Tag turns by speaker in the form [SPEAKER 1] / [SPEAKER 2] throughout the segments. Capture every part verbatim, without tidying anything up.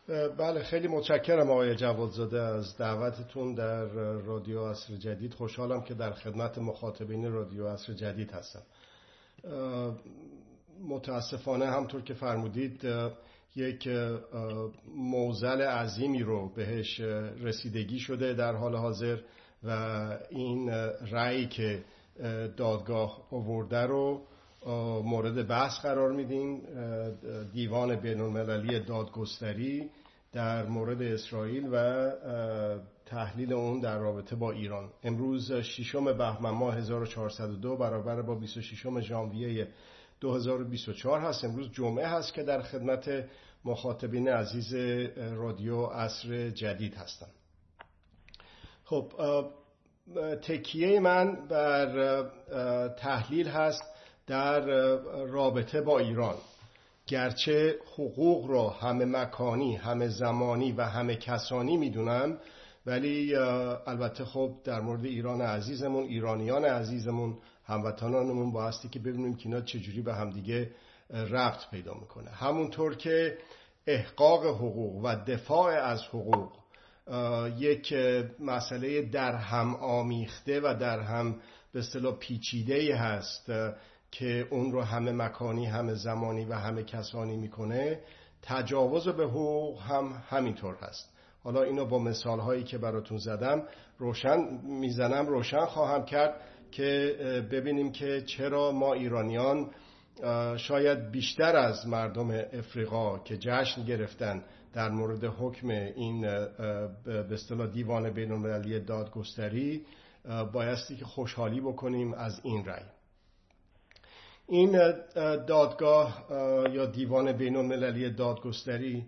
[SPEAKER 1] بله، خیلی متشکرم آقای جوادزاده از دعوتتون در رادیو عصر جدید. خوشحالم که در خدمت مخاطبین رادیو عصر جدید هستم. متاسفانه همطور که فرمودید یک معضل عظیمی رو بهش رسیدگی شده در حال حاضر و این رأیی که دادگاه آورده رو مورد بحث قرار میدیم. دیوان بین‌المللی دادگستری در مورد اسرائیل و تحلیل اون در رابطه با ایران. امروز ششم بهمن ماه هزار و چهارصد و دو برابر با بیست و ششم ژانویه دو هزار و بیست و چهار هست. امروز جمعه هست که در خدمت مخاطبین عزیز رادیو عصر جدید هستم. خب، تکیه من بر تحلیل هست در رابطه با ایران. گرچه حقوق را همه مکانی، همه زمانی و همه کسانی میدونم، ولی البته خب در مورد ایران عزیزمون، ایرانیان عزیزمون، هموطنانمون بایستی که ببینیم که اینا چجوری به همدیگه ربط پیدا میکنه. همونطور که احقاق حقوق و دفاع از حقوق یک مسئله در هم آمیخته و در هم به اصطلاح پیچیده‌ای هست که اون رو همه مکانی، همه زمانی و همه کسانی میکنه، تجاوز به حقوق هم همینطور هست. حالا اینو با مثال هایی که براتون زدم روشن میزنم روشن خواهم کرد که ببینیم که چرا ما ایرانیان شاید بیشتر از مردم افریقا که جشن گرفتن در مورد حکم این به اصطلاح دیوان بین‌المللی دادگستری بایستی که خوشحالی بکنیم از این رأی. این دادگاه یا دیوان بین‌المللی دادگستری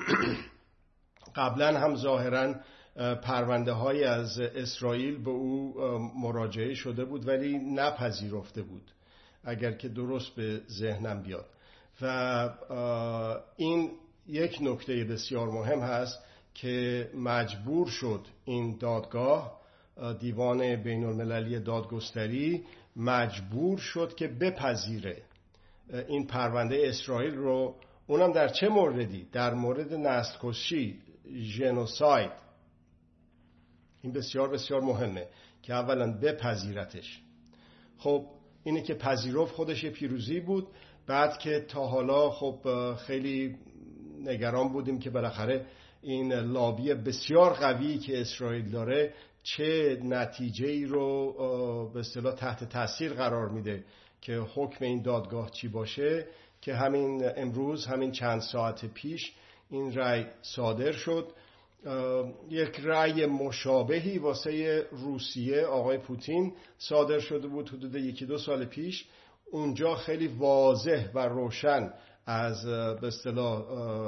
[SPEAKER 1] قبلا هم ظاهراً پرونده های از اسرائیل به او مراجعه شده بود ولی نپذیرفته بود، اگر که درست به ذهنم بیاد. و این یک نکته بسیار مهم هست که مجبور شد این دادگاه، دیوان بین‌المللی دادگستری، مجبور شد که بپذیره این پرونده اسرائیل رو. اونم در چه موردی؟ در مورد نسل کشی، ژنوساید. این بسیار بسیار مهمه که اولا بپذیرتش. خب اینه که پذیرفت خودش پیروزی بود. بعد که تا حالا خب خیلی نگران بودیم که بالاخره این لابی بسیار قوی که اسرائیل داره چه نتیجه‌ای رو به اصطلاح تحت تاثیر قرار میده که حکم این دادگاه چی باشه، که همین امروز، همین چند ساعت پیش این رأی صادر شد. یک رأی مشابهی واسه روسیه آقای پوتین صادر شده بود حدود یکی دو سال پیش. اونجا خیلی واضح و روشن از به اصطلاح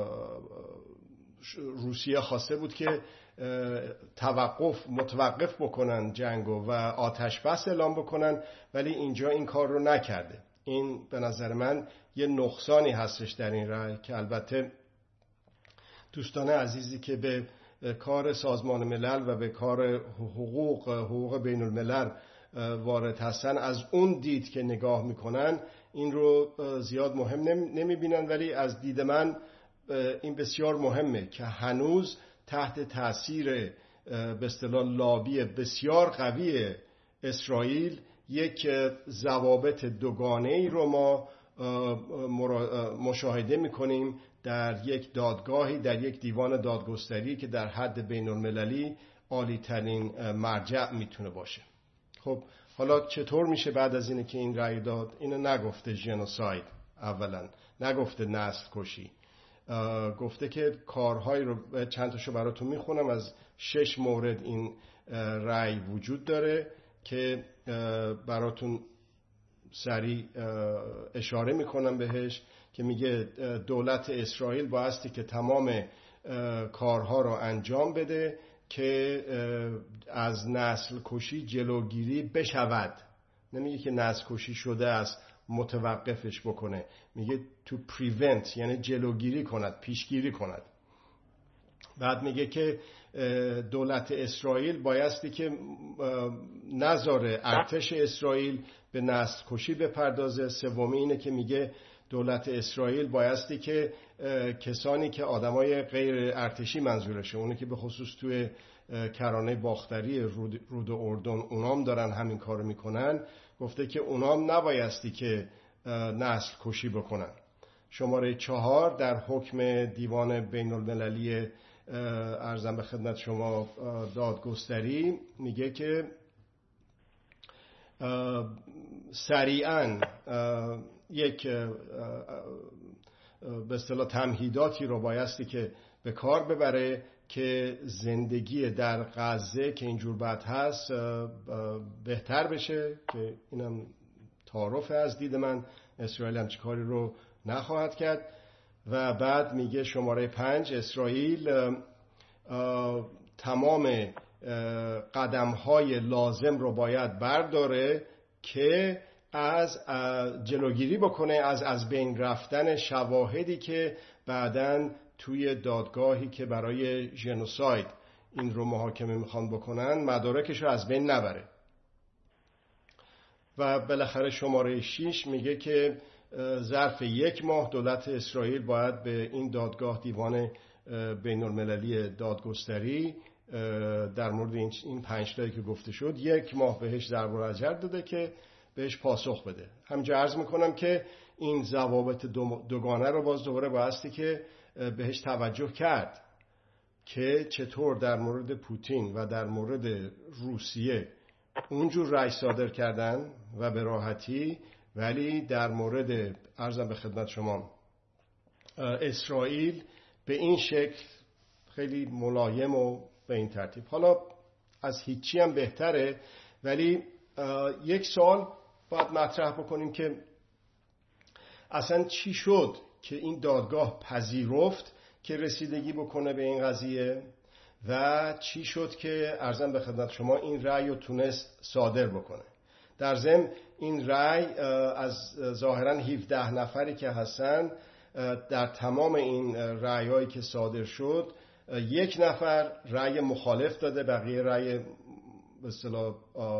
[SPEAKER 1] روسیه خواسته بود که توقف متوقف بکنن جنگو و آتش بس اعلام بکنن، ولی اینجا این کار رو نکرده. این به نظر من یه نقصانی هستش در این رأی که البته دوستان عزیزی که به کار سازمان ملل و به کار حقوق حقوق بین الملل وارد هستن از اون دید که نگاه میکنن این رو زیاد مهم نمیبینن، ولی از دید من این بسیار مهمه که هنوز تحت تاثیر به اصطلاح لابی بسیار قوی اسرائیل یک ضوابط دوگانه‌ای رو ما مشاهده میکنیم در یک دادگاهی، در یک دیوان دادگستری که در حد بین المللی عالی ترین مرجع میتونه باشه. خب حالا چطور میشه بعد از اینه که این رأی داد؟ اینو نگفته ژنوساید، اولا نگفته نسل کشی، گفته که کارهایی رو، چند تاشو براتون میخونم، از شش مورد این رأی وجود داره که براتون سریع اشاره میکنم بهش، که میگه دولت اسرائیل بایستی که تمام کارها رو انجام بده که از نسل کشی جلوگیری بشود. نمیگه که نسل کشی شده است متوقفش بکنه، میگه to prevent، یعنی جلوگیری کند، پیشگیری کند. بعد میگه که دولت اسرائیل بایستی که نذاره ارتش اسرائیل به نسل کشی بپردازه. سومی اینه که میگه دولت اسرائیل بایستی که کسانی که آدمای غیر ارتشی منظورشه، اونی که به خصوص توی کرانه باختری رود, رود اردن اونام دارن همین کارو میکنن، گفته که اونام نبایستی که نسل کشی بکنن. شماره چهار در حکم دیوان بین المللی ارزم به خدمت شما دادگستری میگه که سریعاً یک به اصطلاح تمهیداتی رو بایستی که به کار ببره که زندگی در غزه که اینجور بد هست بهتر بشه، که اینم تعارف از دید من اسرائیل هم چیکاری رو نخواهد کرد. و بعد میگه شماره پنج اسرائیل تمام قدم‌های لازم رو باید برداره که از جلوگیری بکنه از از بین رفتن شواهدی که بعداً توی دادگاهی که برای ژنوساید این رو محاکمه میخوان بکنن مدارکش رو از بین نبره. و بالاخره شماره شش میگه که ظرف یک ماه دولت اسرائیل باید به این دادگاه دیوان بین المللی دادگستری در مورد این پنج تایی که گفته شد یک ماه بهش ضرب العجل داده که بهش پاسخ بده. همینجا عرض میکنم که این ضوابط دوگانه رو باز دوباره بایستی که بهش توجه کرد که چطور در مورد پوتین و در مورد روسیه اونجور رأی صادر کردن و به راحتی، ولی در مورد عرضم به خدمت شما اسرائیل به این شکل خیلی ملایم و به این ترتیب. حالا از هیچی هم بهتره، ولی یک سوال باید مطرح بکنیم که اصلا چی شد که این دادگاه پذیرفت که رسیدگی بکنه به این قضیه و چی شد که عرضم به خدمت شما این رأی رو تونست صادر بکنه. در ضمن این رأی از ظاهراً هفده نفری که هستن در تمام این رأی‌هایی که صادر شد یک نفر رأی مخالف داده، بقیه رأی به اصطلاح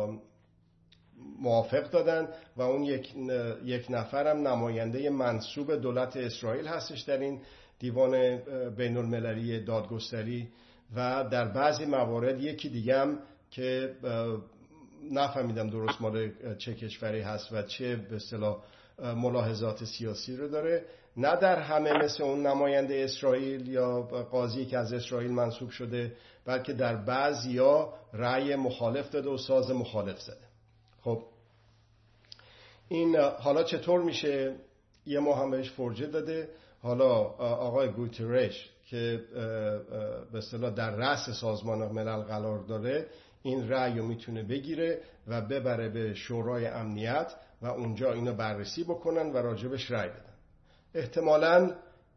[SPEAKER 1] موافق دادن و اون یک یک نفرم نماینده منصوب دولت اسرائیل هستش در این دیوان بین المللی دادگستری. و در بعضی موارد یکی دیگه هم که نفهمیدم درست مال چه کشوری هست و چه به اصطلاح ملاحظات سیاسی رو داره، نه در همه مثل اون نماینده اسرائیل یا قاضی که از اسرائیل منصوب شده، بلکه در بعضیا رأی مخالف داده و ساز مخالف زده. خب این حالا چطور میشه؟ یه ما هم بهش فرجه داده. حالا آقای گوترش که به اصطلاح در رأس سازمان ملل قرار داره این رأی رو میتونه بگیره و ببره به شورای امنیت و اونجا اینو بررسی بکنن و راجبش رأی بدن. احتمالاً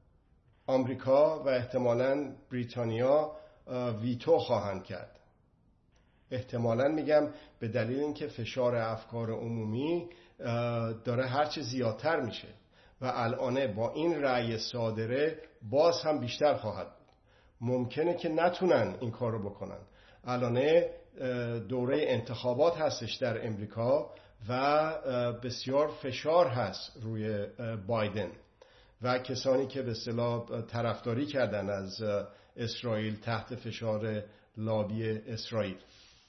[SPEAKER 1] آمریکا و احتمالاً بریتانیا ویتو خواهند کرد. احتمالاً میگم به دلیل اینکه فشار افکار عمومی داره هرچه زیادتر میشه و الان با این رأی صادره باز هم بیشتر خواهد بود. ممکنه که نتونن این کارو بکنن. الان دوره انتخابات هستش در امریکا و بسیار فشار هست روی بایدن و کسانی که به اصطلاح طرفداری کردن از اسرائیل تحت فشار لابی اسرائیل،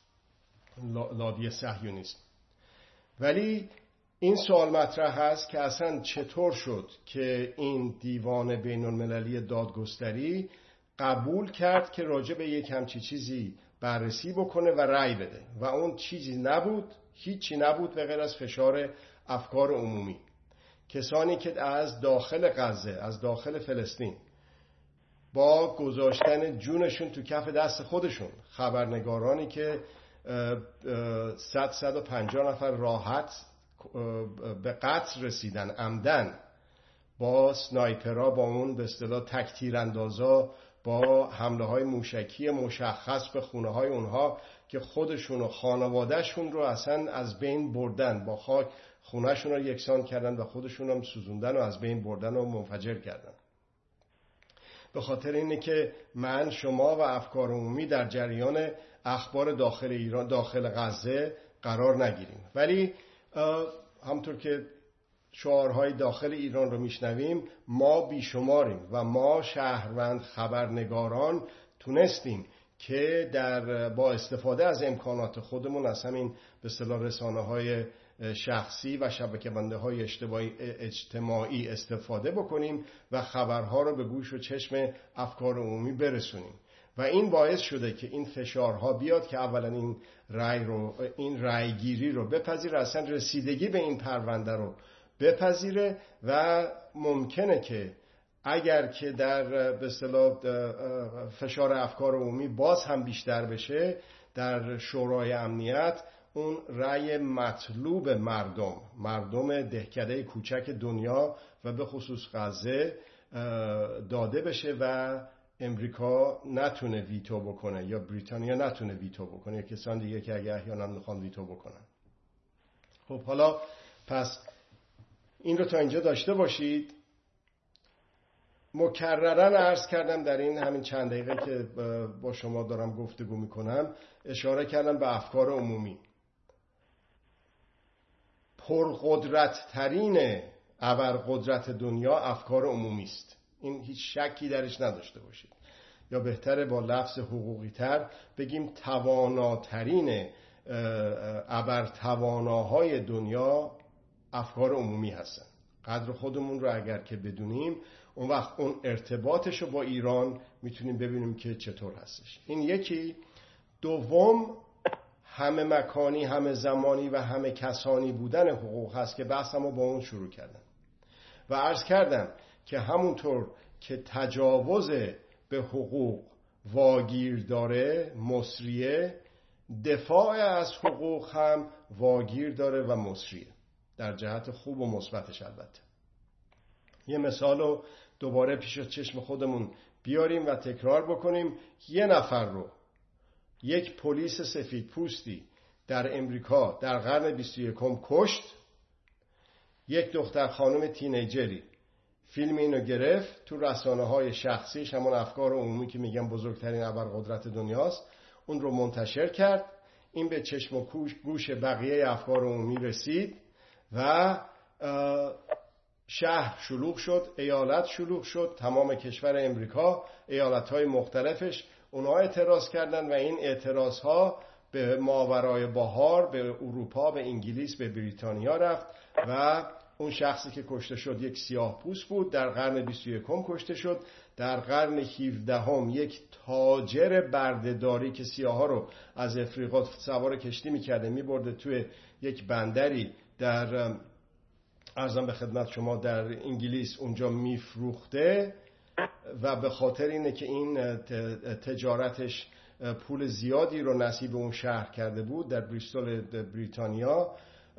[SPEAKER 1] لابی صهیونیسم. ولی این سوال مطرح هست که اصلا چطور شد که این دیوان بین المللی دادگستری قبول کرد که راجع به یک همچی چیزی بررسی بکنه و رأی بده و اون چیزی نبود، هیچی نبود به غیر از فشار افکار عمومی. کسانی که از داخل غزه، از داخل فلسطین با گذاشتن جونشون تو کف دست خودشون، خبرنگارانی که صد صد و پنجاه نفر راحت به قتل رسیدن عمدن با سنایپرها، با اون به اصطلاح تک تیراندازا، با حمله های موشکی مشخص به خونه های اونها که خودشون و خانوادهشون رو اصلا از بین بردن، با خاک خونهشون رو یکسان کردن و خودشون هم سوزوندن و از بین بردن و منفجر کردن. به خاطر اینه که من شما و افکار عمومی در جریان اخبار داخل ایران، داخل غزه قرار نگیریم. ولی همطور که شعارهای داخل ایران رو میشنویم، ما بیشماریم و ما شهروند خبرنگاران تونستیم که در با استفاده از امکانات خودمون از همین به اصطلاح رسانه‌های شخصی و شبکه‌بندی‌های اجتماعی استفاده بکنیم و خبرها رو به گوش و چشم افکار عمومی برسونیم و این باعث شده که این فشارها بیاد که اولا این رأی رو این رأیگیری رو بپذیره، اصلا رسیدگی به این پرونده رو بپذیره و ممکنه که اگر که در به اصطلاح فشار افکار عمومی باز هم بیشتر بشه در شورای امنیت، اون رأی مطلوب مردم مردم دهکده کوچک دنیا و به خصوص غزه داده بشه و امریکا نتونه ویتو بکنه یا بریتانیا نتونه ویتو بکنه یا کسان دیگه که اگه احیانا میخوان ویتو بکنن. خب حالا پس این رو تا اینجا داشته باشید. مکررن عرض کردم در این همین چند دقیقه که با شما دارم گفتگو میکنم اشاره کردم به افکار عمومی. پرقدرت ترین ابرقدرت دنیا افکار عمومی است، این هیچ شکی درش نداشته باشید، یا بهتره با لفظ حقوقی تر بگیم تواناترین ابرتواناهای دنیا افکار عمومی هستن. قدر خودمون رو اگر که بدونیم اون وقت اون ارتباطش رو با ایران میتونیم ببینیم که چطور هستش. این یکی. دوم، همه مکانی همه زمانی و همه کسانی بودن حقوق هست که بحثمو با اون شروع کردم و عرض کردم که همونطور که تجاوز به حقوق واگیر داره مصریه، دفاع از حقوق هم واگیر داره و مصریه، در جهت خوب و مثبتش. البته یه مثال رو دوباره پیش چشم خودمون بیاریم و تکرار بکنیم. یه نفر رو یک پلیس سفید پوستی در امریکا در قرن بیست و یکم کشت. یک دختر خانم تینیجری فیلم اینو گرفت، تو رسانه های شخصیش، همون افکار عمومی که میگن بزرگترین ابرقدرت دنیاست، اون رو منتشر کرد. این به چشم و گوش بقیه افکار عمومی رسید و شهر شلوغ شد، ایالت شلوغ شد، تمام کشور امریکا ایالت‌های مختلفش اونها اعتراض کردن و این اعتراضها به ماورای بحار، به اروپا، به انگلیس، به بریتانیا رفت و اون شخصی که کشته شد یک سیاه پوست بود، در قرن بیست و یکم کشته شد. در قرن هفدهم یک تاجر بردهداری که سیاها رو از افریقا سوار کشتی می‌کرده می‌برده توی یک بندری در عرضم به خدمت شما در انگلیس اونجا میفروخته و به خاطر اینه که این تجارتش پول زیادی رو نصیب اون شهر کرده بود، در بریستول بریتانیا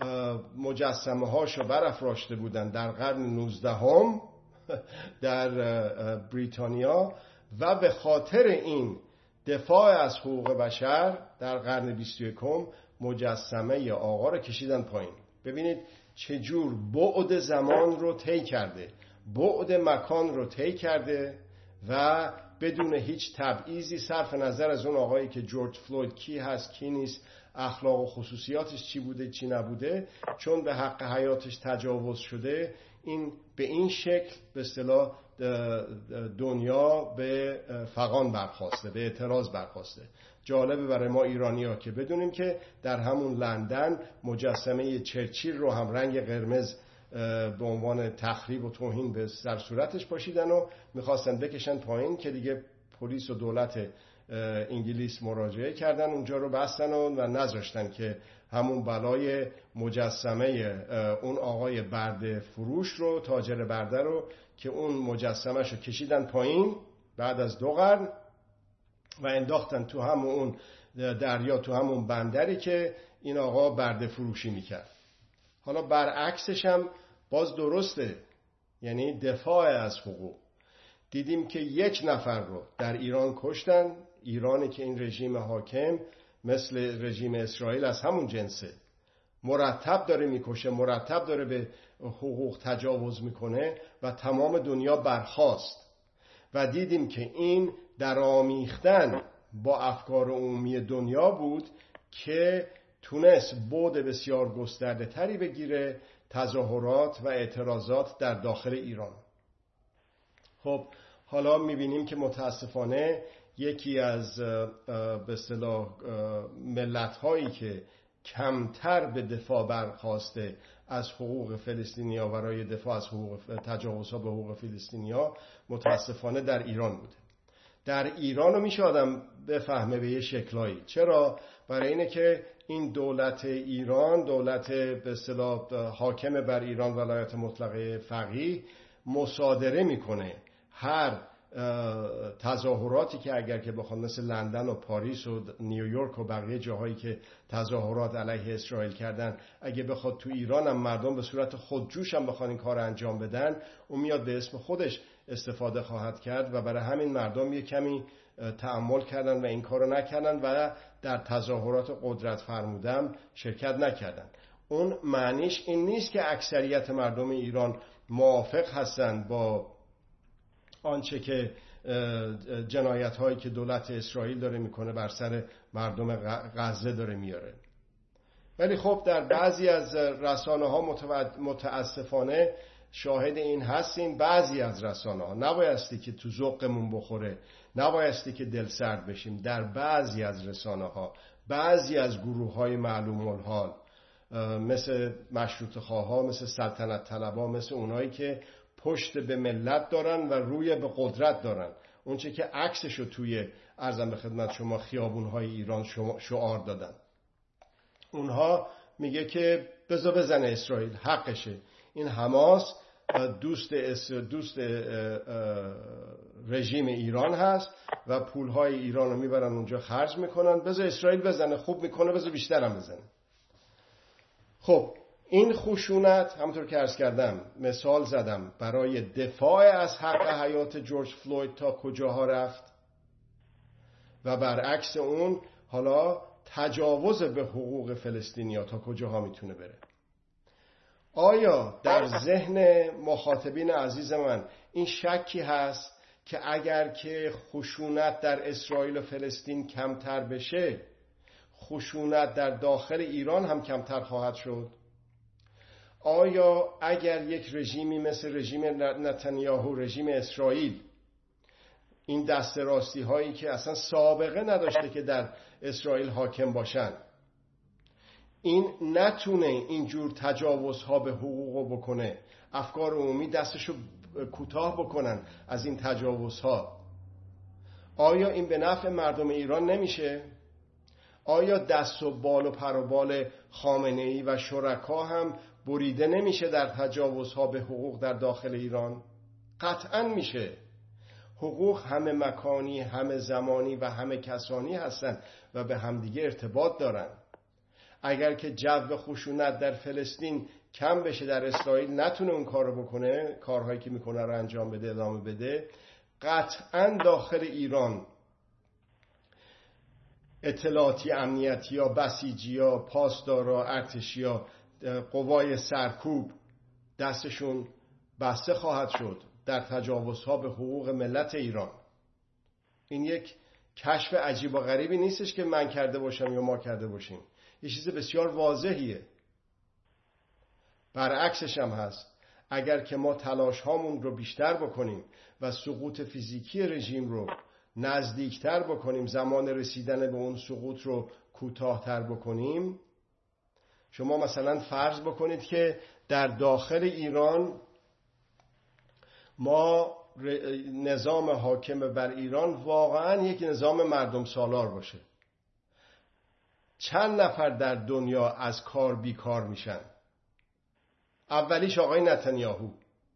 [SPEAKER 1] مجسمه هاشو برافراشته بودن در قرن نوزدهم در بریتانیا و به خاطر این دفاع از حقوق بشر در قرن بیست و یکم مجسمه ی آقا رو کشیدن پایین. ببینید چجور بعد زمان رو طی کرده، بعد مکان رو طی کرده و بدون هیچ تبعیضی صرف نظر از اون آقایی که جورج فلوید کی هست کی نیست، اخلاق و خصوصیاتش چی بوده چی نبوده، چون به حق حیاتش تجاوز شده، این به این شکل به اصطلاح دنیا به فغان برخواسته، به اعتراض برخواسته. جالبه برای ما ایرانی‌ها که بدونیم که در همون لندن مجسمه چرچیل رو هم رنگ قرمز به عنوان تخریب و توهین به سر صورتش پاشیدن و میخواستن بکشن پایین که دیگه پلیس و دولت انگلیس مراجعه کردن، اونجا رو بستن و نذاشتن که همون بلای مجسمه اون آقای برده فروش رو، تاجر برده رو که اون مجسمه‌شو کشیدن پایین بعد از دو قرن و انداختن تو همون اون دریا، تو همون بندری که این آقا برده فروشی میکرد. حالا برعکسش هم باز درسته، یعنی دفاع از حقوق. دیدیم که یک نفر رو در ایران کشتن، ایرانی که این رژیم حاکم مثل رژیم اسرائیل از همون جنسه، مرتب داره میکشه، مرتب داره به حقوق تجاوز میکنه و تمام دنیا برخاست و دیدیم که این در آمیختن با افکار عمومی دنیا بود که تونست بعد بسیار گسترده تری بگیره، تظاهرات و اعتراضات در داخل ایران. خب حالا میبینیم که متاسفانه یکی از به اصطلاح ملت‌هایی که کمتر به دفاع برخاسته از حقوق فلسطینیا برای دفاع از حقوق تجاوزها به حقوق فلسطینیا متاسفانه در ایران بوده. در ایران رو میشه آدم بفهمه به یه شکلایی. چرا؟ برای اینه که این دولت ایران، دولت به اصطلاح حاکم بر ایران ولایت مطلقه فقیه، مصادره میکنه هر تظاهراتی که اگر که بخواد مثل لندن و پاریس و نیویورک و بقیه جاهایی که تظاهرات علیه اسرائیل کردن، اگه بخواد تو ایران هم مردم به صورت خودجوش هم بخوان این کار انجام بدن، اون میاد به اسم خودش استفاده خواهد کرد و برای همین مردم یه کمی تأمل کردن و این کارو نکردن و در تظاهرات قدرت فرمودم شرکت نکردن. اون معنیش این نیست که اکثریت مردم ایران موافق هستند با آنچه که جنایت هایی که دولت اسرائیل داره میکنه بر سر مردم غزه داره میاره. ولی خب در بعضی از رسانه ها متاسفانه شاهد این هستیم، بعضی از رسانه ها، نبایستی که تو ذوقمون بخوره، نبایستی که دل سرد بشیم، در بعضی از رسانه ها، بعضی از گروه های معلوم الحال مثل مشروطه خواها، مثل سلطنت طلبها، مثل اونایی که پشت به ملت دارن و روی به قدرت دارن، اونچه که عکسشو توی عرضم به خدمت شما خیابونهای ایران شعار دادن، اونها میگه که بذار بزنه اسرائیل، حقشه. این حماس دوست دوست رژیم ایران هست و پولهای ایران رو میبرن اونجا خرج میکنن، بذار اسرائیل بزنه، خوب میکنه، بذار بیشتر هم بزنه. خب این خشونت همونطور که عرض کردم مثال زدم برای دفاع از حق حیات جورج فلوید تا کجاها رفت و برعکس اون حالا تجاوز به حقوق فلسطینیا تا کجاها میتونه بره. آیا در ذهن مخاطبین عزیز من این شکی هست که اگر که خشونت در اسرائیل و فلسطین کمتر بشه، خشونت در داخل ایران هم کمتر خواهد شد؟ آیا اگر یک رژیمی مثل رژیم نتانیاهو، رژیم اسرائیل، این دست راستی هایی که اصلا سابقه نداشته که در اسرائیل حاکم باشن، این نتونه اینجور تجاوزها به حقوق بکنه، افکار عمومی دستشو کوتاه بکنن از این تجاوزها، آیا این به نفع مردم ایران نمیشه؟ آیا دست و بال و پر و بال خامنه‌ای و شرکا هم بریده نمیشه در تجاوزها به حقوق در داخل ایران؟ قطعاً میشه. حقوق همه مکانی، همه زمانی و همه کسانی هستن و به همدیگه ارتباط دارن. اگر که جو خشونت در فلسطین کم بشه، در اسرائیل نتونه اون کار رو بکنه، کارهایی که میکنه رو انجام بده، ادامه بده، قطعاً داخل ایران اطلاعاتی، امنیتی یا بسیجی یا پاسدارا، ارتشی یا قوای سرکوب دستشون بسته خواهد شد در تجاوزها به حقوق ملت ایران. این یک کشف عجیب و غریبی نیستش که من کرده باشم یا ما کرده باشیم، یه چیز بسیار واضحیه. برعکسش هم هست. اگر که ما تلاش هامون رو بیشتر بکنیم و سقوط فیزیکی رژیم رو نزدیکتر بکنیم، زمان رسیدن به اون سقوط رو کوتاه‌تر بکنیم، شما مثلا فرض بکنید که در داخل ایران ما نظام حاکم بر ایران واقعا یک نظام مردم سالار باشه. چند نفر در دنیا از کار بیکار میشن؟ اولیش آقای نتانیاهو.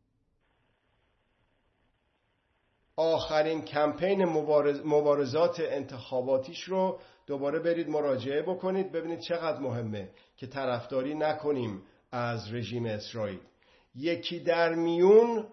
[SPEAKER 1] آخرین کمپین مبارز مبارزات انتخاباتیش رو دوباره برید مراجعه بکنید، ببینید چقدر مهمه که طرفداری نکنیم از رژیم اسرائیل. یکی در میون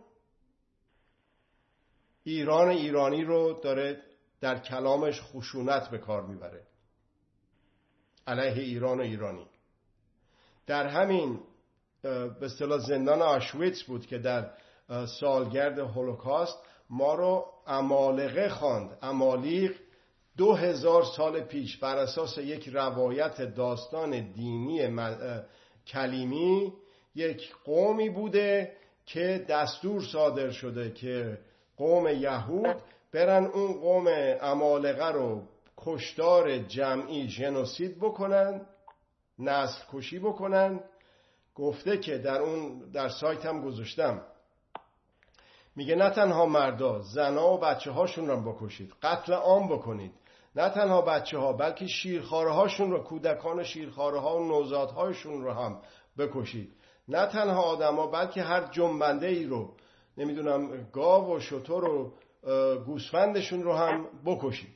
[SPEAKER 1] ایران ایرانی رو داره در کلامش خشونت به کار میبره علیه ایران و ایرانی. در همین به اصطلاح زندان آشویتس بود که در سالگرد هولوکاست ما رو عمالقه خواند. عمالیق دو هزار سال پیش بر اساس یک روایت داستان دینی کلیمی یک قومی بوده که دستور صادر شده که قوم یهود برن اون قوم عمالقه رو کشتار جمعی ژنوسید بکنن، نسل کشی بکنن. گفته که در اون در سایت هم گذاشتم، میگه نه تنها مردا، زنا و بچه هاشون رو بکشید، قتل عام بکنید. نه تنها بچه ها بلکه شیرخواره هاشون رو، کودکان شیرخواره ها و نوزادهاشون رو هم بکشید. نه تنها آدم ها بلکه هر جنبنده ای رو، نمیدونم گاو و شتر و گوسفندشون رو هم بکشید.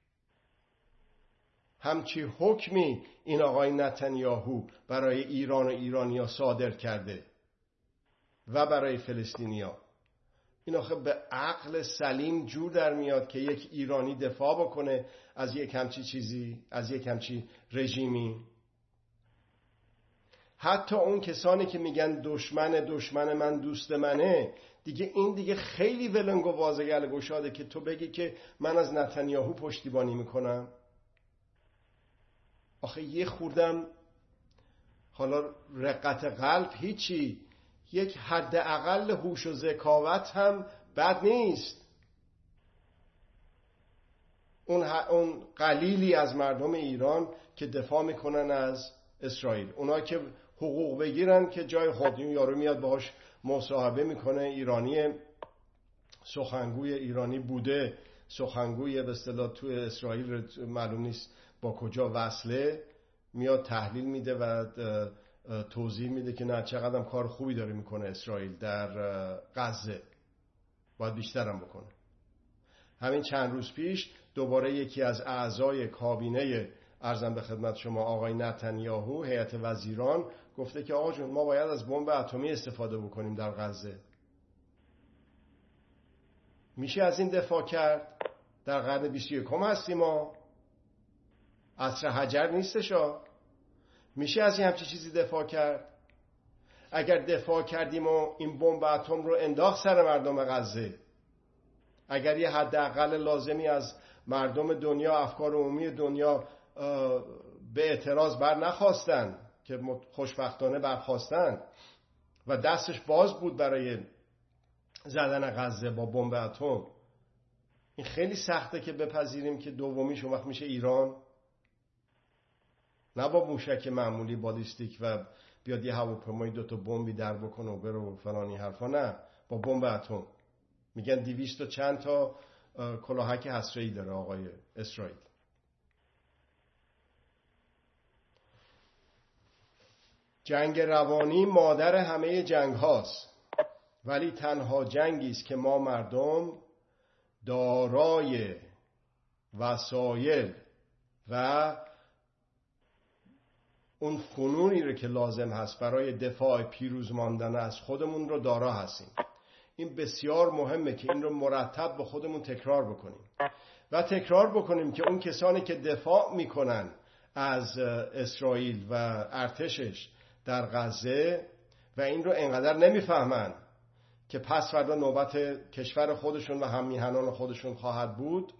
[SPEAKER 1] همچی حکمی این آقای نتانیاهو برای ایران و ایرانیا صادر کرده و برای فلسطینیا. این آخه به عقل سلیم جور در میاد که یک ایرانی دفاع بکنه از یک همچی چیزی، از یک همچی رژیمی؟ حتی اون کسانی که میگن دشمن دشمن من دوست منه، دیگه این دیگه خیلی ولنگ و واضح گشاده که تو بگی که من از نتانیاهو پشتیبانی میکنم. آخه یه خوردم حالا رقت قلب هیچی، یک حد اقل هوش و ذکاوت هم بد نیست. اون, اون قلیلی از مردم ایران که دفاع میکنن از اسرائیل، اونا که حقوق بگیرن که جای خود، یارو میاد باهاش مصاحبه میکنه، ایرانی، سخنگوی ایرانی بوده، سخنگوی به اصطلاح تو اسرائیل معلوم نیست با کجا وصله، میاد تحلیل میده و توضیح میده که نه چقدر کار خوبی داره میکنه اسرائیل در غزه، باید بیشترم بکنه. همین چند روز پیش دوباره یکی از اعضای کابینه، عرضم به خدمت شما، آقای نتانیاهو، هیئت وزیران، گفته که آقا جون ما باید از بمب اتمی استفاده بکنیم در غزه. میشه از این دفاع کرد؟ در قرن بیست و یکم هستیم ما، عصر حجر نیستشا. میشه از این همچی چیزی دفاع کرد؟ اگر دفاع کردیم و این بمب اتم رو انداخت سر مردم غزه، اگر یه حداقل لازمی از مردم دنیا، افکار عمومی دنیا به اعتراض بر نخواستن که خوشبختانه برخواستن و دستش باز بود برای زدن غزه با بمب اتم، این خیلی سخته که بپذیریم که دومیش اون وقت میشه ایران، نه با موشک معمولی بالیستیک و بیاد یه هواپیمای دوتا بمبی در بکنه و بره و فلانی حرفا، نه، با بمب اتم. میگن دویست و چند تا کلاهک هسته‌ای داره آقای اسرائیل. جنگ روانی مادر همه جنگ هاست، ولی تنها جنگی است که ما مردم دارای وسایل و اون فنونی رو که لازم هست برای دفاع پیروز ماندن از خودمون رو دارا هستیم. این بسیار مهمه که این رو مرتب به خودمون تکرار بکنیم و تکرار بکنیم که اون کسانی که دفاع میکنن از اسرائیل و ارتشش در غزه و این رو انقدر نمیفهمن که پس فردا نوبت کشور خودشون و هم میهنان خودشون خواهد بود،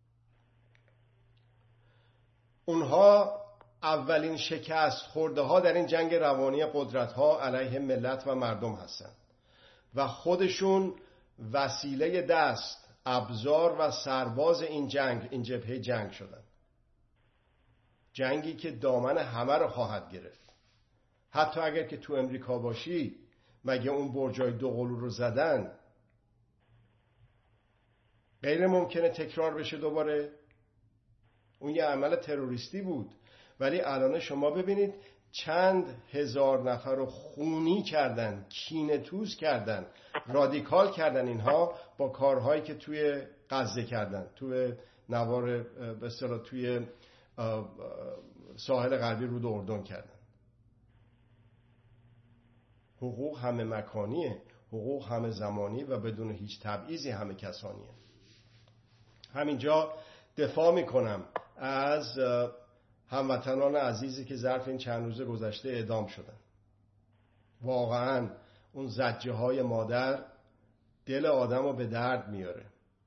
[SPEAKER 1] اونها اولین شکست خورده ها در این جنگ روانی قدرت ها علیه ملت و مردم هستند و خودشون وسیله دست، ابزار و سرباز این جنگ، این جبهه جنگ شدن. جنگی که دامن همه رو خواهد گرفت. حتی اگر که تو امریکا باشی، مگه اون برجای دوقلو رو زدن غیر ممکنه تکرار بشه دوباره؟ اون یه عمل تروریستی بود، ولی الان شما ببینید چند هزار نفر رو خونی کردن، کینه توز کردن، رادیکال کردن اینها با کارهایی که توی غزه کردن، توی نوار به اصطلاح توی ساحل غربی رود اردن کردن. حقوق همه مکانیه، حقوق همه زمانی و بدون هیچ تبعیضی همه کسانیه. همینجا دفاع میکنم از هموطنان عزیزی که ظرف این چند روز گذشته اعدام شدن. واقعا اون زجه های مادر دل آدم رو به درد میاره.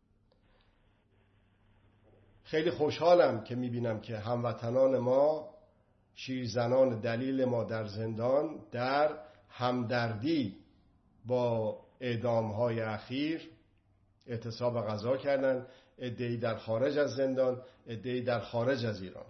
[SPEAKER 1] خیلی خوشحالم که میبینم که هموطنان ما، شیرزنان دلیل ما در زندان، در همدردی با اعدام‌های اخیر اعتصاب غذا کردن، عده‌ای در خارج از زندان، عده‌ای در خارج از ایران.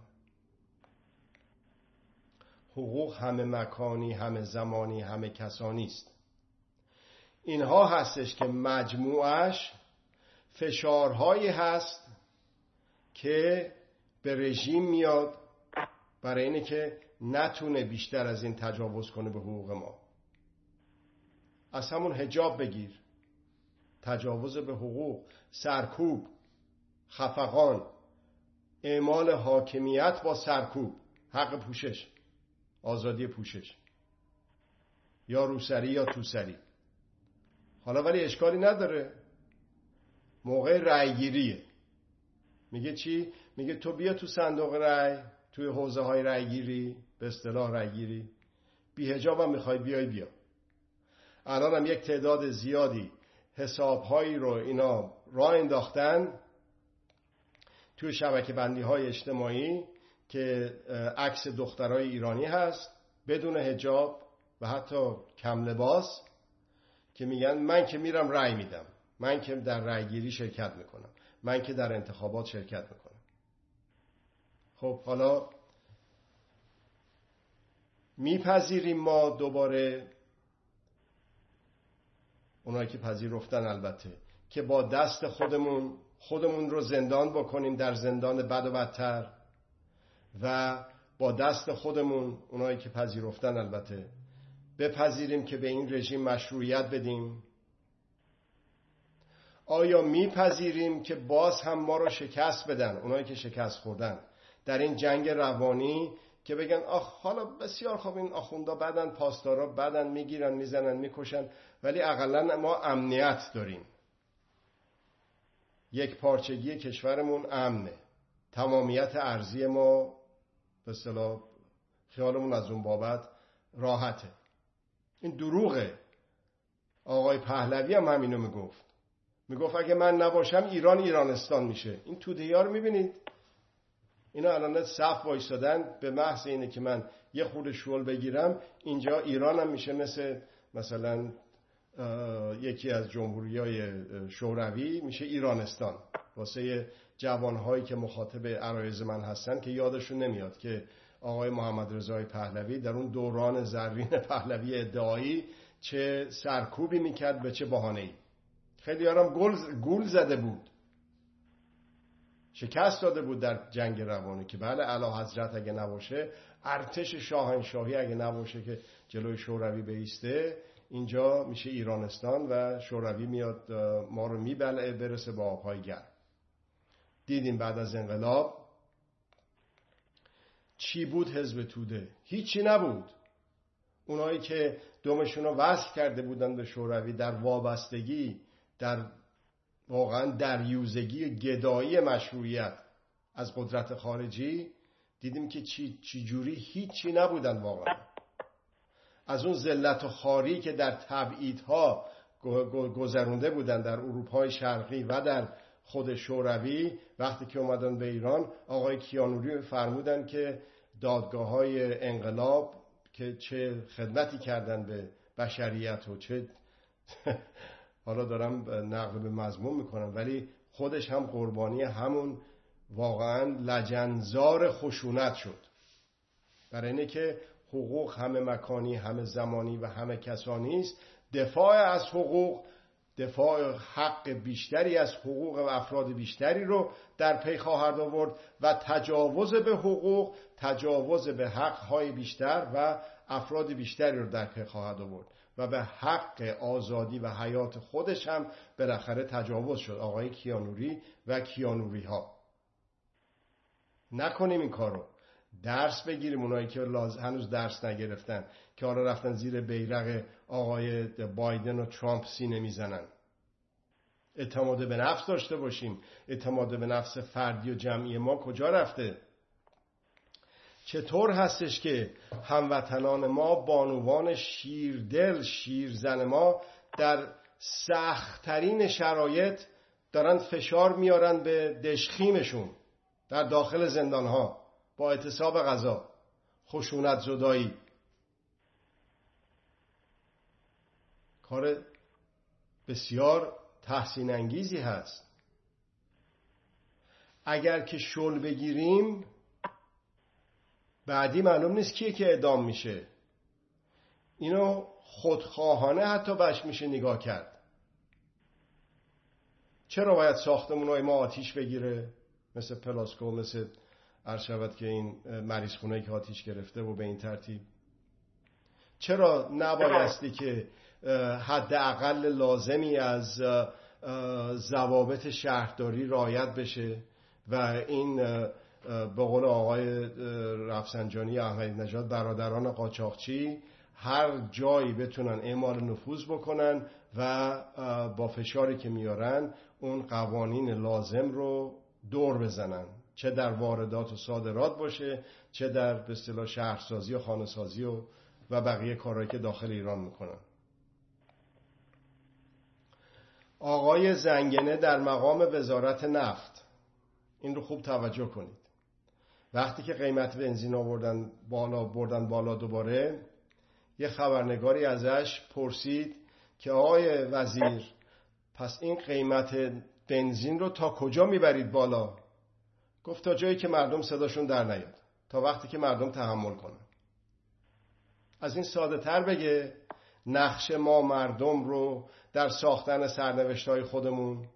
[SPEAKER 1] حقوق همه مکانی، همه زمانی، همه کسانی است. اینها هستش که مجموعش فشارهایی هست که به رژیم میاد برای اینه که نتونه بیشتر از این تجاوز کنه به حقوق ما. از همون حجاب بگیر، تجاوز به حقوق، سرکوب، خفقان، اعمال حاکمیت با سرکوب، حق پوشش، آزادی پوشش، یا روسری یا توسری. حالا ولی اشکالی نداره، موقع رأیگیریه. میگه چی؟ میگه تو بیا تو صندوق رأی، توی حوزه های رأیگیری، به اصطلاح رأیگیری، بی حجاب هم میخوای بیای بیا. الان هم یک تعداد زیادی حسابهایی رو اینا راه انداختن توی شبکه بندی های اجتماعی که عکس دخترای ایرانی هست بدون حجاب و حتی کم لباس، که میگن من که میرم رأی میدم، من که در رأیگیری شرکت میکنم، من که در انتخابات شرکت میکنم. خب حالا میپذیریم ما دوباره، اونایی که پذیرفتن البته، که با دست خودمون خودمون رو زندان بکنیم در زندان بد و بدتر، و با دست خودمون اونایی که پذیرفتن البته بپذیریم که به این رژیم مشروعیت بدیم؟ آیا میپذیریم که باز هم ما رو شکست بدن اونایی که شکست خوردن در این جنگ روانی، که بگن آخ حالا بسیار خوب این آخوندا بدن، پاسدارا بدن، میگیرن میزنن میکشن، ولی اقلا ما امنیت داریم، یک پارچگی کشورمون امنه، تمامیت ارضی ما به اصطلاح خیالمون از اون بابت راحته. این دروغه. آقای پهلوی هم همینو میگفت، میگفت اگه من نباشم ایران ایرانستان میشه. این توده‌ها رو میبینید، اینا الان صف وایسادن به محض اینه که من یه خورده شغل بگیرم اینجا ایرانم میشه مثل مثلا یکی از جمهوری‌های شوروی میشه ایرانستان. واسه جوانهایی که مخاطب عرایض من هستن که یادشون نمیاد که آقای محمد رضای پهلوی در اون دوران زرین پهلوی ادعایی چه سرکوبی میکرد به چه بهانه‌ای. خیلی هم گول گول زده بود، شکست داده بود در جنگ روانی، که بله اعلیحضرت اگه نباشه، ارتش شاهنشاهی اگه نباشه که جلوی شوروی بیسته، اینجا میشه ایرانستان و شوروی میاد ما رو میبلعه برسه با آبهای گرم. دیدیم بعد از انقلاب چی بود حزب توده؟ هیچی نبود. اونایی که دومشون رو وصل کرده بودن به شوروی در وابستگی، در واقعا دریوزگی گدایی مشروعیت از قدرت خارجی، دیدیم که چی, چی جوری هیچی نبودن واقعا. از اون ذلت و خواری که در تبعیدها گذرونده بودن در اروپای شرقی و در خود شوروی، وقتی که اومدن به ایران، آقای کیانوری فرمودن که دادگاه‌های انقلاب که چه خدمتی کردن به بشریت و چه حالا دارم نقل به مضمون میکنم، ولی خودش هم قربانی همون واقعا لجنزار خشونت شد. برای اینه که حقوق همه مکانی، همه زمانی و همه کسانی است. دفاع از حقوق، دفاع حق بیشتری از حقوق و افراد بیشتری رو در پی خواهد آورد و تجاوز به حقوق، تجاوز به حق‌های بیشتر و افراد بیشتری رو در پی خواهد آورد و به حق آزادی و حیات خودش هم بالاخره تجاوز شد. آقای کیانوری و کیانوری ها، نکنیم این کارو. درس بگیریم اونایی که هنوز درس نگرفتن، که حالا رفتن زیر بیرق آقای بایدن و ترامپ سینه میزنن. اعتماد به نفس داشته باشیم. اعتماد به نفس فردی و جمعی ما کجا رفته؟ چطور هستش که هموطنان ما، بانوان شیردل، شیرزن ما، در سخت‌ترین شرایط دارن فشار میارن به دشخیمشون در داخل زندانها با اعتصاب غذا، خشونت زدایی. کار بسیار تحسین انگیزی هست. اگر که شل بگیریم بعدی معلوم نیست کیه که اعدام میشه. اینو خودخواهانه حتی بهش میشه نگاه کرد. چرا باید ساختمونهای ما آتیش بگیره؟ مثل پلاسکو، مثل عرض شود که این مریض خونه‌ای که آتیش گرفته و به این ترتیب. چرا نبایستی که حداقل لازمی از ضوابط شهرداری رعایت بشه و این به قول آقای رفسنجانی احمدی نژاد برادران قاچاقچی هر جایی بتونن اعمال نفوذ بکنن و با فشاری که میارن اون قوانین لازم رو دور بزنن، چه در واردات و صادرات باشه، چه در به اصطلاح شهرسازی و خانه‌سازی و و بقیه کارهایی که داخل ایران میکنن. آقای زنگنه در مقام وزارت نفت، این رو خوب توجه کنید، وقتی که قیمت بنزین آوردن بالا بردن بالا دوباره، یه خبرنگاری ازش پرسید که آقای وزیر پس این قیمت بنزین رو تا کجا میبرید بالا؟ گفت تا جایی که مردم صداشون در نیاد، تا وقتی که مردم تحمل کنن. از این ساده تر بگه نقش ما مردم رو در ساختن سرنوشت‌های خودمون.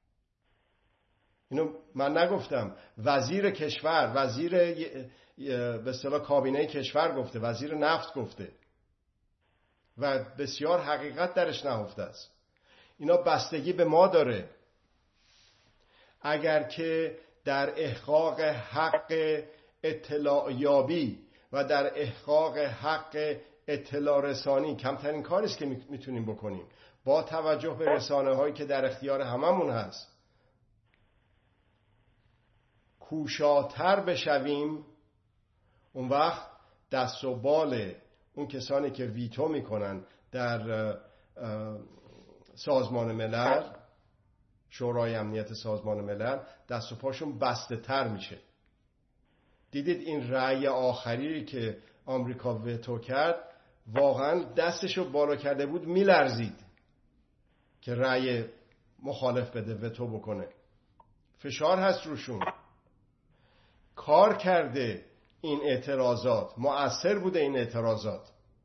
[SPEAKER 1] اینو من نگفتم، وزیر کشور، وزیر به اصطلاح کابینه کشور گفته، وزیر نفت گفته و بسیار حقیقت درش نهفته است. اینا بستگی به ما داره. اگر که در احقاق حق اطلاع یابی و در احقاق حق اطلاع رسانی کمترین کاریست که میتونیم بکنیم، با توجه به رسانه هایی که در اختیار هممون هست، کوشاتر بشویم، اون وقت دست و بال اون کسانی که ویتو میکنن در سازمان ملل، شورای امنیت سازمان ملل، دست و پاشون بسته تر میشه. دیدید این رأی آخری که آمریکا ویتو کرد، واقعا دستشو بالا کرده بود میلرزید که رأی مخالف بده، ویتو بکنه. فشار هست روشون. کار کرده این اعتراضات، مؤثر بوده این اعتراضات.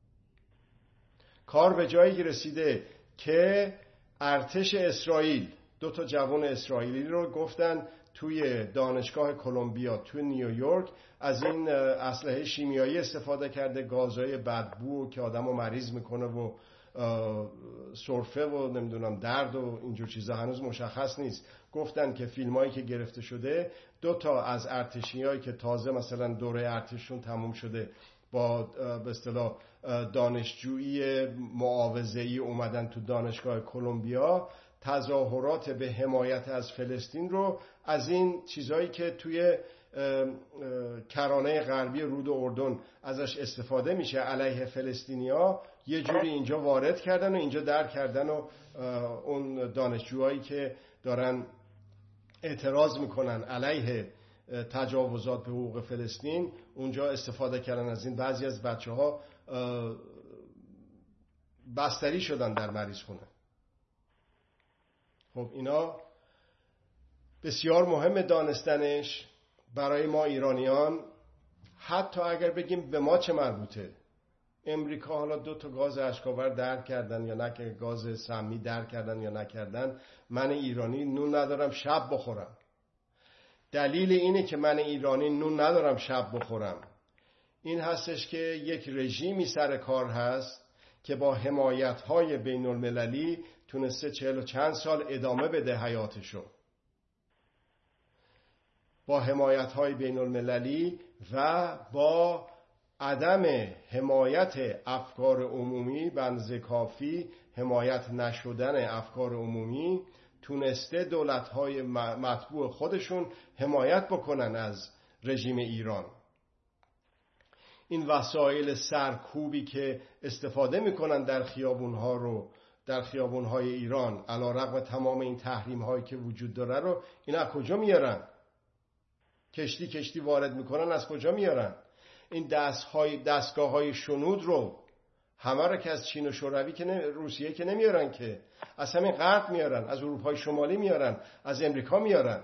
[SPEAKER 1] کار به جایی رسیده که ارتش اسرائیل، دو تا جوان اسرائیلی رو گفتن توی دانشگاه کلمبیا توی نیویورک از این اسلحه شیمیایی استفاده کرده، گازهای بدبو که آدمو مریض میکنه و سرفه و نمیدونم درد و اینجور چیزا هنوز مشخص نیست. گفتن که فیلمایی که گرفته شده، دو تا از ارتشیایی که تازه مثلا دوره ارتششون تموم شده با به اصطلاح دانشجویی معاوضه‌ای اومدن تو دانشگاه کلمبیا، تظاهرات به حمایت از فلسطین رو از این چیزایی که توی کرانه غربی رود اردن ازش استفاده میشه علیه فلسطینیا، یه جوری اینجا وارد کردن و اینجا در کردن و اون دانشجوهایی که دارن اعتراض میکنن علیه تجاوزات به حقوق فلسطین اونجا استفاده کردن از این. بعضی از بچه ها بستری شدن در مریض خونه. خب اینا بسیار مهم دانستنش برای ما ایرانیان. حتی اگر بگیم به ما چه مربوطه، امریکا حالا دو تا گاز اشکاور در کردن یا نه، گاز سمی در کردن یا نکردن، من ایرانی نون ندارم شب بخورم. دلیل اینه که من ایرانی نون ندارم شب بخورم این هستش که یک رژیمی سر کار هست که با حمایت‌های بین المللی تونسته چهل و چند سال ادامه بده حیاتشو، با حمایت‌های بین المللی و با عدم حمایت افکار عمومی، به اندازه کافی حمایت نشدن افکار عمومی، تونسته دولت‌های مطبوع خودشون حمایت بکنن از رژیم ایران. این وسایل سرکوبی که استفاده میکنن در خیابون‌ها رو، در خیابون‌های ایران، علیرغم تمام این تحریم‌هایی که وجود داره رو، اینا از کجا میارن؟ کشتی کشتی وارد میکنن، از کجا میارن؟ این دست‌های دستگاه‌های شنود رو همه رو که از چین و شوروی که نه، روسیه که نمیارن، که از همین غرب میارن، از اروپای شمالی میارن، از امریکا میارن.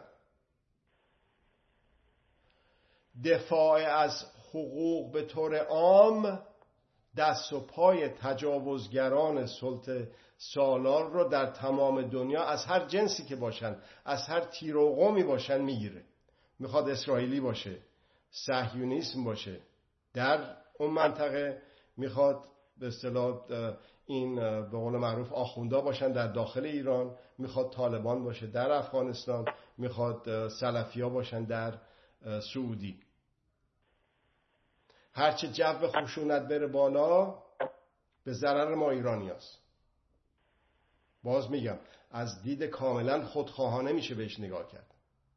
[SPEAKER 1] دفاع از حقوق به طور عام دست و پای تجاوزگران سلطه سالار رو در تمام دنیا از هر جنسی که باشن، از هر تیر و قومی باشن میگیره. میخواد اسرائیلی باشه، صهیونیسم باشه در اون منطقه، میخواد به اصطلاح این به قول معروف آخوندا باشن در داخل ایران، میخواد طالبان باشه در افغانستان، میخواد سلفیا باشن در سعودی. هرچه جو خشونت بره بالا به ضرر ما ایرانی هست. باز میگم از دید کاملا خودخواهانه میشه بهش نگاه کرد.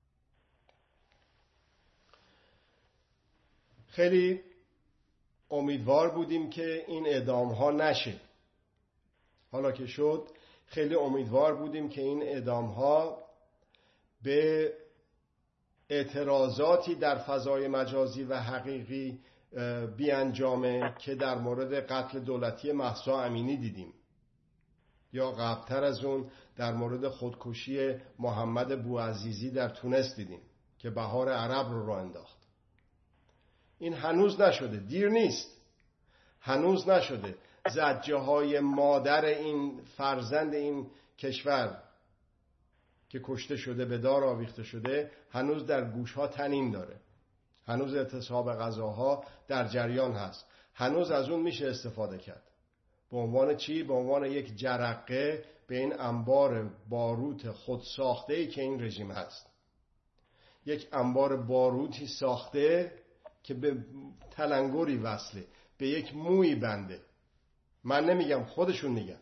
[SPEAKER 1] خیلی امیدوار بودیم که این اعدام ها نشه. حالا که شد خیلی امیدوار بودیم که این اعدام ها به اعتراضاتی در فضای مجازی و حقیقی بیانجامه که در مورد قتل دولتی مهسا امینی دیدیم، یا قبلتر از اون در مورد خودکشی محمد بوعزیزی در تونس دیدیم که بهار عرب رو راه انداخت. این هنوز نشده، دیر نیست، هنوز نشده. زجه های مادر این فرزند این کشور که کشته شده، به دار آویخته شده، هنوز در گوش ها طنین داره. هنوز اعتصاب غذاها در جریان هست. هنوز از اون میشه استفاده کرد. به عنوان چی؟ به عنوان یک جرقه به این انبار باروت خود ساخته‌ای که این رژیم هست. یک انبار باروتی ساخته که به تلنگری وصله، به یک مویی بنده. من نمیگم، خودشون میگن.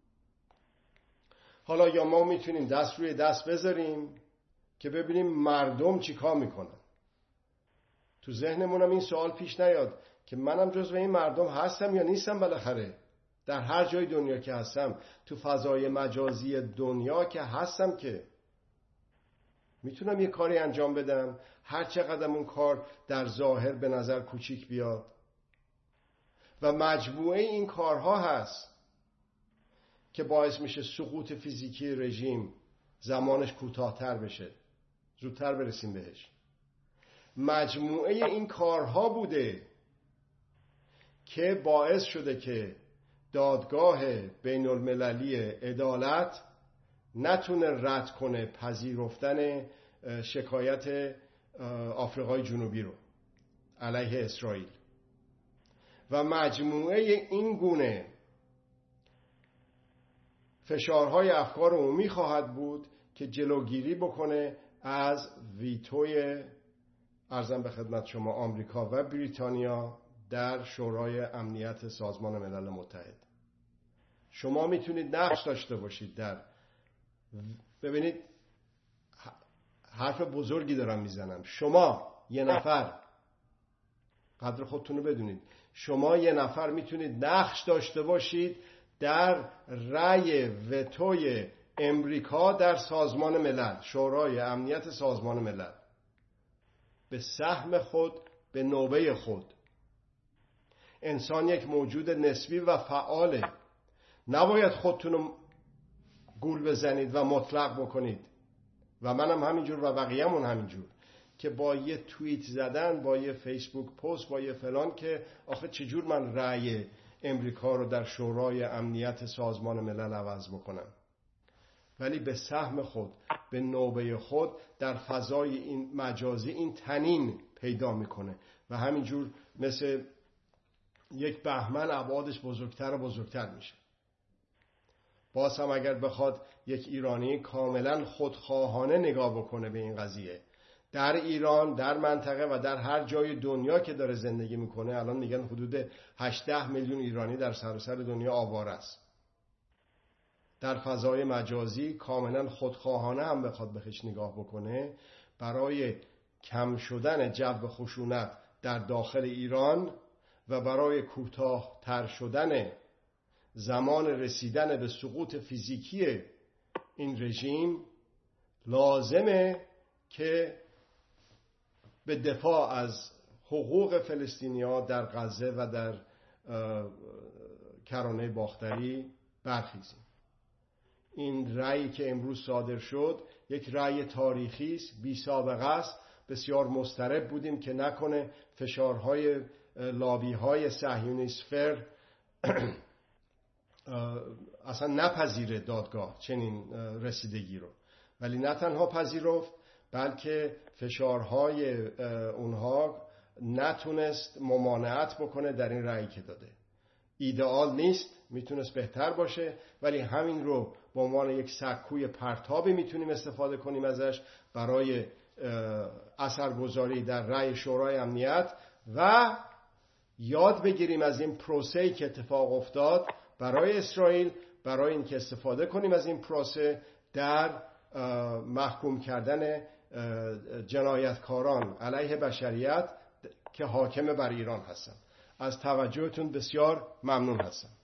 [SPEAKER 1] حالا یا ما میتونیم دست روی دست بذاریم که ببینیم مردم چی کار میکنن. تو ذهنمونم این سوال پیش نیاد که منم جزو این مردم هستم یا نیستم. بالاخره در هر جای دنیا که هستم، تو فضای مجازی دنیا که هستم، که میتونم یه کاری انجام بدم، هر چقدر اون کار در ظاهر به نظر کوچیک بیاد. و مجموعه این کارها هست که باعث میشه سقوط فیزیکی رژیم زمانش کوتاه‌تر بشه، زودتر برسیم بهش. مجموعه این کارها بوده که باعث شده که دادگاه بین المللی عدالت نتونه رد کنه پذیرفتن شکایت آفریقای جنوبی رو علیه اسرائیل. و مجموعه این گونه فشارهای افکار عمومی خواهد بود که جلوگیری بکنه از ویتوی عرضم به خدمت شما آمریکا و بریتانیا در شورای امنیت سازمان ملل متحد. شما میتونید نقش داشته باشید در، ببینید حرف بزرگی دارم میزنم، شما یه نفر، قدر خودتون رو بدونید، شما یه نفر میتونید نقش داشته باشید در رأی وتوی امریکا در سازمان ملل، شورای امنیت سازمان ملل، به سهم خود، به نوبه خود. انسان یک موجود نسبی و فعاله. نباید خودتون رو گول بزنید و مطلق بکنید. و منم همینجور و بقیه‌مون همینجور که با یه توییت زدن، با یه فیسبوک پست، با یه فلان، که آخه چجور من رأی امریکا رو در شورای امنیت سازمان ملل عوض بکنم. ولی به سهم خود، به نوبه خود در فضای این مجازی این طنین پیدا میکنه و همینجور مثل یک بهمن ابعادش بزرگتر و بزرگتر میشه. باز هم اگر بخواد یک ایرانی کاملا خودخواهانه نگاه بکنه به این قضیه، در ایران، در منطقه و در هر جای دنیا که داره زندگی میکنه، الان میگن حدود هجده میلیون ایرانی در سراسر دنیا آواره است. در فضای مجازی کاملا خودخواهانه هم بخواد بهش نگاه بکنه، برای کم شدن جو خشونت در داخل ایران و برای کوتاه تر شدن زمان رسیدن به سقوط فیزیکی این رژیم، لازمه که به دفاع از حقوق فلسطینی‌ها در غزه و در کرانه باختری برخیزیم. این رأیی که امروز صادر شد یک رأی تاریخی است، بی سابقه است. بسیار مضطرب بودیم که نکنه فشارهای لابی‌های صهیونیست‌فر اصلا نپذیره دادگاه چنین رسیدگی رو، ولی نه تنها پذیرفت بلکه فشارهای اونها نتونست ممانعت بکنه در این رأیی که داده. ایدئال نیست، میتونست بهتر باشه، ولی همین رو به عنوان یک سکوی پرتابی میتونیم استفاده کنیم ازش برای اثرگذاری در رأی شورای امنیت و یاد بگیریم از این پروسه‌ای که اتفاق افتاد برای اسرائیل، برای اینکه استفاده کنیم از این پروسه در محکوم کردن جنایتکاران علیه بشریت که حاکم بر ایران هستند. از توجهتون بسیار ممنون هستم.